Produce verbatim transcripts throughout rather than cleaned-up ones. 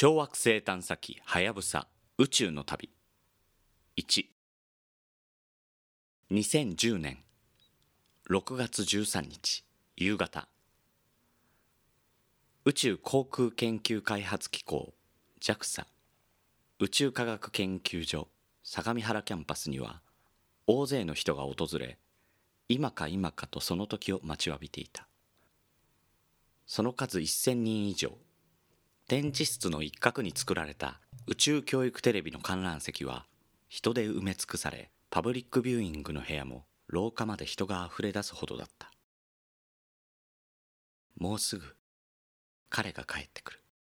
小惑星探査機はやぶさ宇宙の旅。いち、にせんじゅうねんろくがつじゅうさんにち夕方、宇宙航空研究開発機構 ジャクサ 宇宙科学研究所相模原キャンパスには大勢の人が訪れ、今か今かとその時を待ちわびていた。その数せんにん以上。展示室の一角に作られた宇宙教育テレビの観覧席は人で埋め尽くされ、パブリックビューイングの部屋も廊下まで人があふれ出すほどだった。もうすぐ彼が帰ってくる。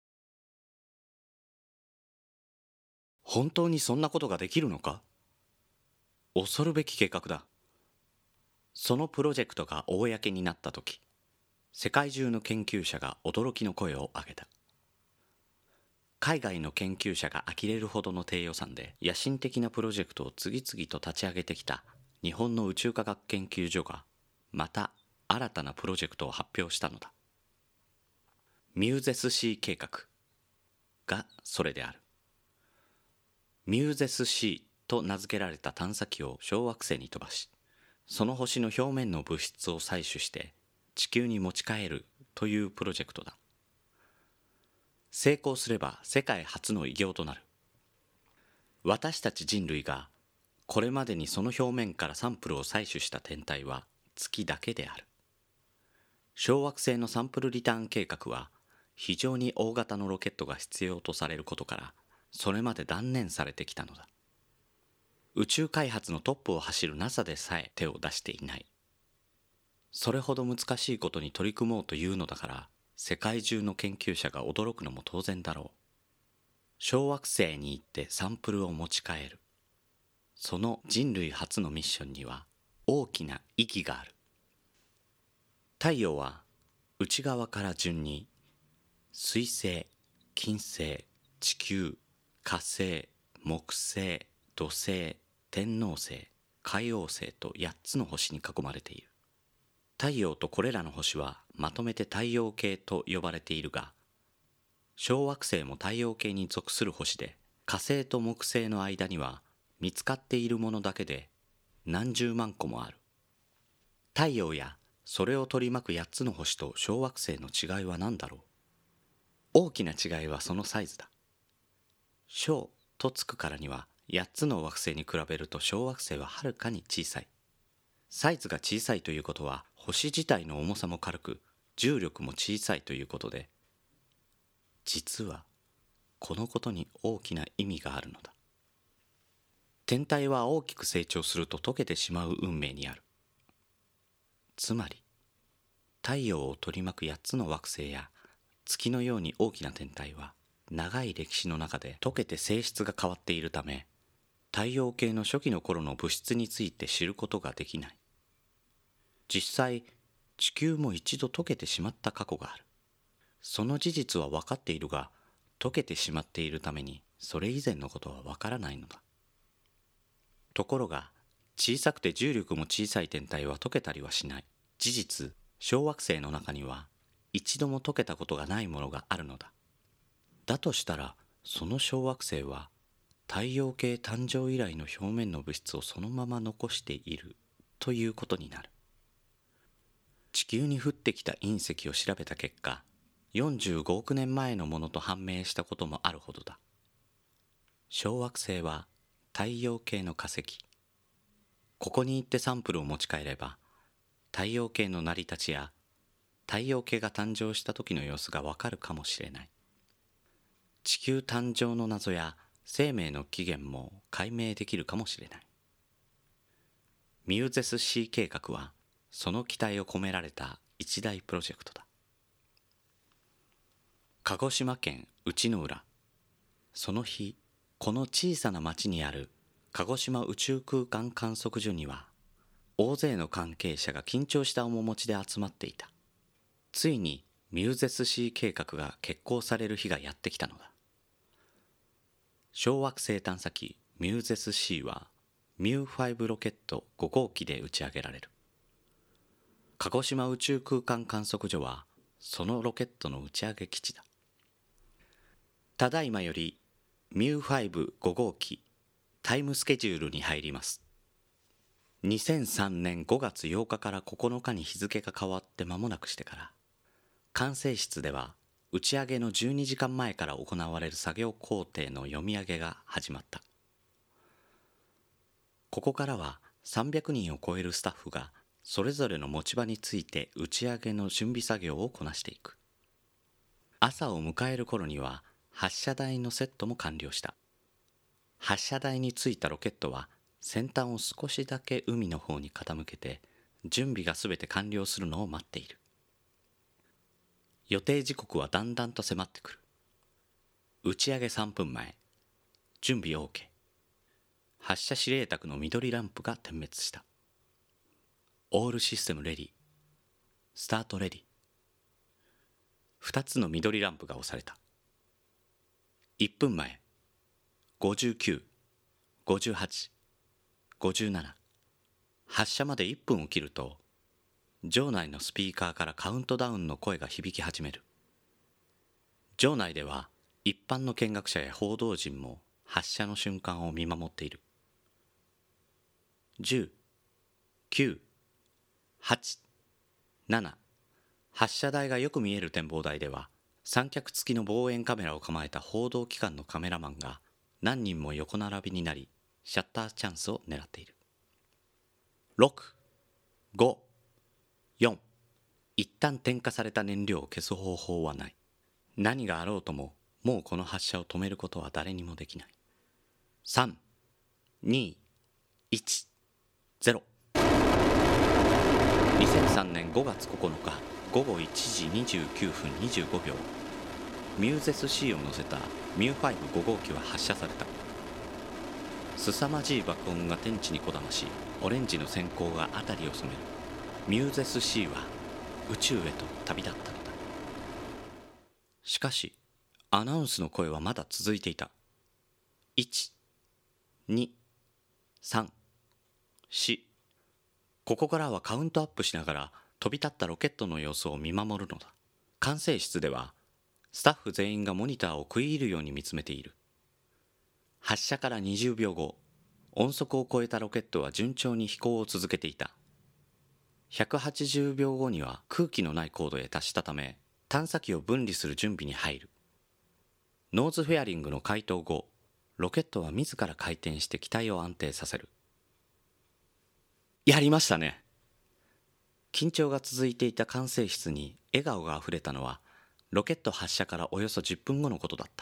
本当にそんなことができるのか？恐るべき計画だ。そのプロジェクトが公になったとき、世界中の研究者が驚きの声を上げた。海外の研究者が呆れるほどの低予算で野心的なプロジェクトを次々と立ち上げてきた日本の宇宙科学研究所がまた新たなプロジェクトを発表したのだ。ミューゼス C 計画がそれである。ミューゼス C と名付けられた探査機を小惑星に飛ばし、その星の表面の物質を採取して地球に持ち帰るというプロジェクトだ。成功すれば世界初の偉業となる。私たち人類がこれまでにその表面からサンプルを採取した天体は月だけである。小惑星のサンプルリターン計画は非常に大型のロケットが必要とされることからそれまで断念されてきたのだ。宇宙開発のトップを走る ナサ でさえ手を出していない。それほど難しいことに取り組もうというのだから世界中の研究者が驚くのも当然だろう。小惑星に行ってサンプルを持ち帰る。その人類初のミッションには大きな意義がある。太陽は内側から順に水星、金星、地球、火星、木星、土星、天王星、海王星とやっつの星に囲まれている。太陽とこれらの星はまとめて太陽系と呼ばれているが、小惑星も太陽系に属する星で、火星と木星の間には見つかっているものだけで何十万個もある。太陽やそれを取り巻くやっつの星と小惑星の違いは何だろう。大きな違いはそのサイズだ。小とつくからにはやっつの惑星に比べると小惑星ははるかに小さい。サイズが小さいということは星自体の重さも軽く重力も小さいということで、実はこのことに大きな意味があるのだ。天体は大きく成長すると溶けてしまう運命にある。つまり太陽を取り巻くやっつの惑星や月のように大きな天体は長い歴史の中で溶けて性質が変わっているため、太陽系の初期の頃の物質について知ることができない。実際地球も一度溶けてしまった過去がある。その事実は分かっているが、溶けてしまっているためにそれ以前のことは分からないのだ。ところが小さくて重力も小さい天体は溶けたりはしない。事実、小惑星の中には一度も溶けたことがないものがあるのだ。だとしたらその小惑星は太陽系誕生以来の表面の物質をそのまま残しているということになる。地球に降ってきた隕石を調べた結果、よんじゅうごおくねんまえのものと判明したこともあるほどだ。小惑星は太陽系の化石。ここに行ってサンプルを持ち帰れば、太陽系の成り立ちや太陽系が誕生した時の様子がわかるかもしれない。地球誕生の謎や生命の起源も解明できるかもしれない。ミューゼス C 計画はその期待を込められた一大プロジェクトだ。鹿児島県内之浦。その日、この小さな町にある鹿児島宇宙空間観測所には大勢の関係者が緊張した面持ちで集まっていた。ついにミューゼス C 計画が決行される日がやってきたのだ。小惑星探査機ミューゼス C はミューファイブロケットごごうきで打ち上げられる。鹿児島宇宙空間観測所はそのロケットの打ち上げ基地だ。 ただいまよりミューファイブご号機タイムスケジュールに入ります。にせんさんねんごがつようかからここのかに日付が変わって間もなくしてから、管制室では打ち上げのじゅうにじかんまえから行われる作業工程の読み上げが始まった。ここからはさんびゃくにんを超えるスタッフがそれぞれの持ち場について打ち上げの準備作業をこなしていく。朝を迎える頃には発射台のセットも完了した。発射台についたロケットは先端を少しだけ海の方に傾けて準備がすべて完了するのを待っている。予定時刻はだんだんと迫ってくる。打ち上げさんぷんまえ、準備 OK。発射指令卓の緑ランプが点滅した。オールシステムレディ、スタートレディ。二つの緑ランプが押された。いっぷんまえ、ごじゅうきゅう、ごじゅうはち、ごじゅうなな。発射までいっぷんを切ると、場内のスピーカーからカウントダウンの声が響き始める。場内では一般の見学者や報道陣も発射の瞬間を見守っている。じゅう、きゅう、はち、なな。発射台がよく見える展望台では、三脚付きの望遠カメラを構えた報道機関のカメラマンが何人も横並びになり、シャッターチャンスを狙っている。ろく、ご、よん。一旦点火された燃料を消す方法はない。何があろうとも、もうこの発射を止めることは誰にもできない。さん、に、いち、ゼロ。にせんさんねんごがつここのかごごいちじにじゅうきゅうふんにじゅうごびょう、ミューゼス C を乗せたミューファイブご号機は発射された。凄まじい爆音が天地にこだまし、オレンジの閃光が辺りを染める。ミューゼス C は宇宙へと旅立ったのだ。しかしアナウンスの声はまだ続いていた。いち、に、さん、よん。ここからはカウントアップしながら飛び立ったロケットの様子を見守るのだ。管制室ではスタッフ全員がモニターを食い入るように見つめている。発射からにじゅうびょうご、音速を超えたロケットは順調に飛行を続けていた。ひゃくはちじゅうびょうごには空気のない高度へ達したため、探査機を分離する準備に入る。ノーズフェアリングの解凍後、ロケットは自ら回転して機体を安定させる。やりましたね。緊張が続いていた管制室に笑顔があふれたのは、ロケット発射からおよそじゅっぷんごのことだった。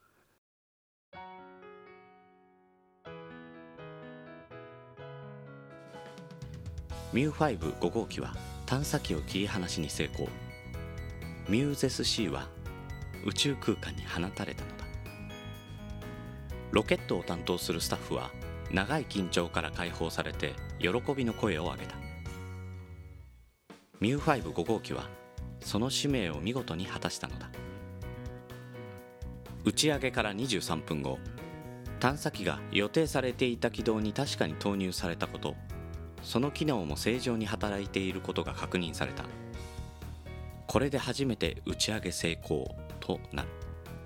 ミューファイブご号機は探査機を切り離しに成功。ミューゼス C は宇宙空間に放たれたのだ。ロケットを担当するスタッフは長い緊張から解放されて喜びの声を上げた。ミューファイブご号機はその使命を見事に果たしたのだ。打ち上げからにじゅうさんぷんご、探査機が予定されていた軌道に確かに投入されたこと、その機能も正常に働いていることが確認された。これで初めて打ち上げ成功となる。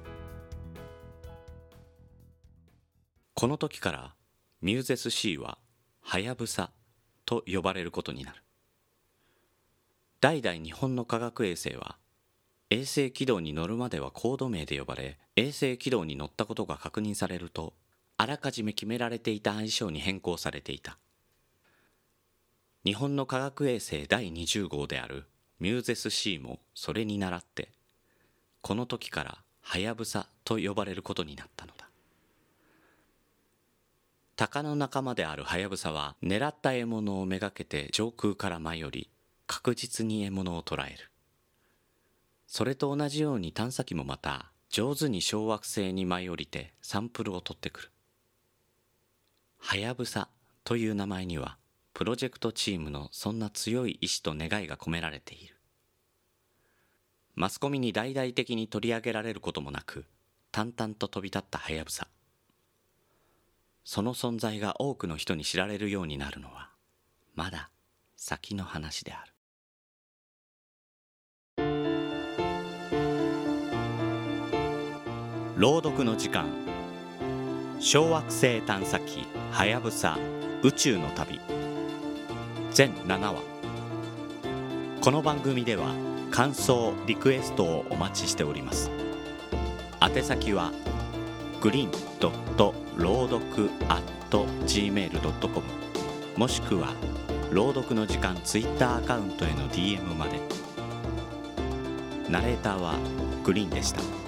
この時からミューゼス C ははやぶさと呼ばれることになる。代々日本の科学衛星は衛星軌道に乗るまではコード名で呼ばれ、衛星軌道に乗ったことが確認されるとあらかじめ決められていた愛称に変更されていた。日本の科学衛星だいにじゅう号であるミューゼス C もそれに倣ってこの時からはやぶさと呼ばれることになったのだ。鷹の仲間であるはやぶさは狙った獲物をめがけて上空から舞い降り、確実に獲物を捕らえる。それと同じように探査機もまた上手に小惑星に舞い降りてサンプルを取ってくる。はやぶさという名前にはプロジェクトチームのそんな強い意志と願いが込められている。マスコミに大々的に取り上げられることもなく淡々と飛び立ったはやぶさ。その存在が多くの人に知られるようになるのはまだ先の話である。 朗読の時間、小惑星探査機はやぶさ宇宙の旅全ななわ。この番組では感想リクエストをお待ちしております。宛先はグリーンドット朗読アットジーメールドットコム もしくは朗読の時間ツイッターアカウントへの ディーエム まで。ナレーターはグリーンでした。